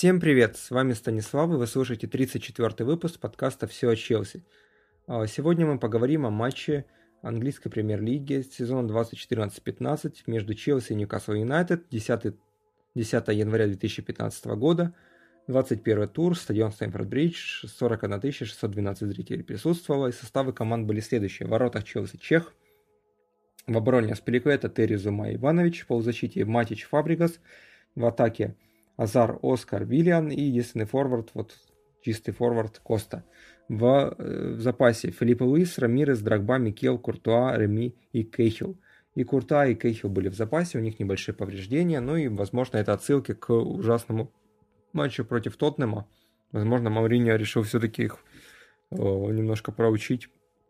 Всем привет, с вами Станислав, и вы слушаете 34-й выпуск подкаста «Все о Челси». Сегодня мы поговорим о матче английской премьер-лиги сезона 2014-15 между Челси и Ньюкасл Юнайтед, 10 января 2015 года, 21 тур, стадион Стэмфорд-Бридж, 41 612 зрителей присутствовало, и составы команд были следующие. В воротах Челси Чех, в обороне Аспиликуэта, Терри, Зума и Иванович, в полузащите Матич, Фабригас, в атаке Азар, Оскар, Виллиан и единственный форвард, чистый форвард Коста. В запасе Филиппе Луис, Рамирес, Дрогба, Микел, Куртуа, Реми и Кейхил. И Куртуа, и Кейхил были в запасе, у них небольшие повреждения, и, возможно, это отсылки к ужасному матчу против Тоттенхэма. Возможно, Мауриньо решил все-таки их немножко проучить.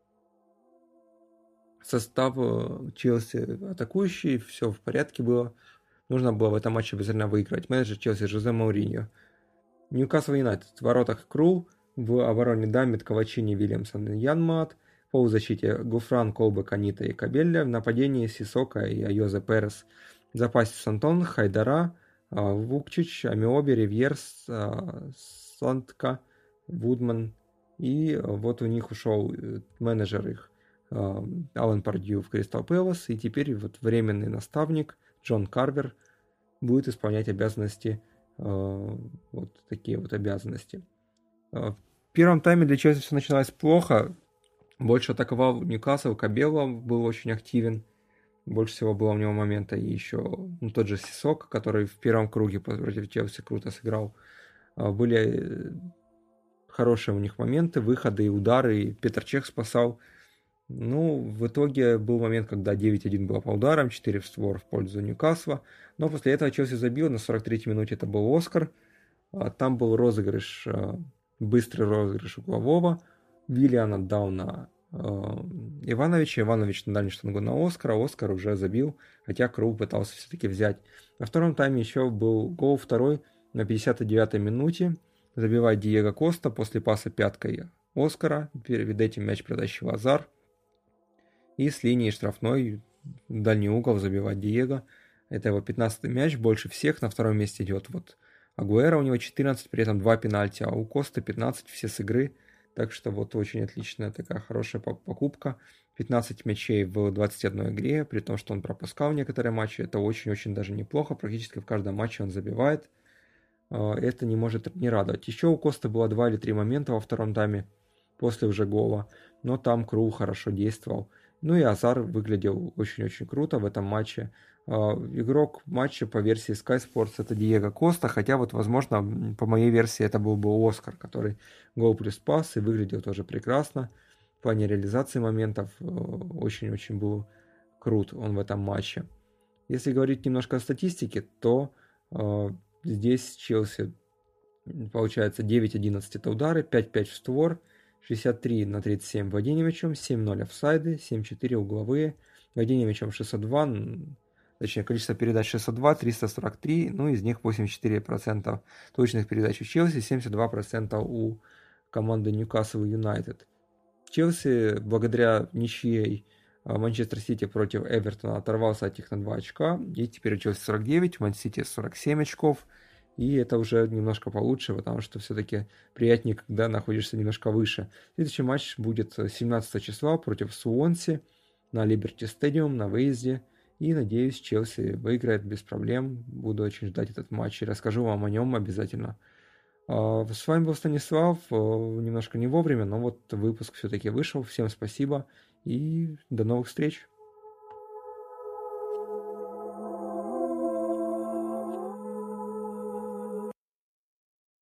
Состав Челси атакующий, все в порядке было. Нужно было в этом матче обязательно выиграть. Менеджер Челси Жозе Мауриньо. Ньюкасл Юнайтед. В воротах Крул. В обороне Дамит, Ковачини, Вильямсон и Янмат. В полузащите Гуфран, Колбек, Анита и Кабелля. В нападении Сисока и Айозе Перес. В запасе Сантон, Хайдара, Вукчич, Амиоби, Ривьерс, Сантка, Вудман. И вот у них ушел менеджер их Алан Пардью в Кристал Пэлас. И теперь временный наставник Джон Карвер будет исполнять обязанности, такие обязанности. В первом тайме для Челси все начиналось плохо. Больше атаковал Ньюкасл, Кабелло был очень активен. Больше всего было у него момента. И еще тот же Сисок, который в первом круге против Челси круто сыграл. Были хорошие у них моменты, выходы и удары. И Петр Чех спасал. В итоге был момент, когда 9-1 было по ударам, 4 в створ в пользу Ньюкасла. Но после этого Челси забил, на 43-й минуте это был Оскар. Там был розыгрыш, быстрый розыгрыш углового. Виллиан отдал на Ивановича. Иванович на дальний штангу на Оскара. Оскар уже забил, хотя Крул пытался все-таки взять. На втором тайме еще был гол второй на 59-й минуте. Забивает Диего Коста после паса пяткой Оскара. Перед этим мяч протащил Азар. И с линии штрафной в дальний угол забивает Диего. Это его 15-й мяч, больше всех. На втором месте идет Агуэро, у него 14, при этом 2 пенальти, а у Коста 15, все с игры. Так что очень отличная такая хорошая покупка. 15 мячей в 21 игре, при том, что он пропускал некоторые матчи. Это очень-очень даже неплохо. Практически в каждом матче он забивает. Это не может не радовать. Еще у Коста было 2 или 3 момента во втором тайме после уже гола. Но там Крул хорошо действовал. И Азар выглядел очень-очень круто в этом матче. Игрок матча по версии Sky Sports это Диего Коста, хотя возможно, по моей версии это был бы Оскар, который гол плюс пас и выглядел тоже прекрасно. В плане реализации моментов очень-очень был крут он в этом матче. Если говорить немножко о статистике, то здесь Челси получается 9-11 это удары, 5-5 в створ, 63/37 владение мячом, 7-0 офсайды, 7-4 угловые, владение мячом 602, точнее количество передач 602, 343, из них 84% точных передач у Челси, 72% у команды Ньюкасл Юнайтед. Челси благодаря ничьей Манчестер Сити против Эвертона оторвался от них на 2 очка, и теперь у Челси 49, у Ман-Сити 47 очков. И это уже немножко получше, потому что все-таки приятнее, когда находишься немножко выше. Следующий матч будет 17 числа против Суонси на Либерти Стадиум на выезде. И надеюсь, Челси выиграет без проблем. Буду очень ждать этот матч и расскажу вам о нем обязательно. С вами был Станислав. Немножко не вовремя, но выпуск все-таки вышел. Всем спасибо и до новых встреч.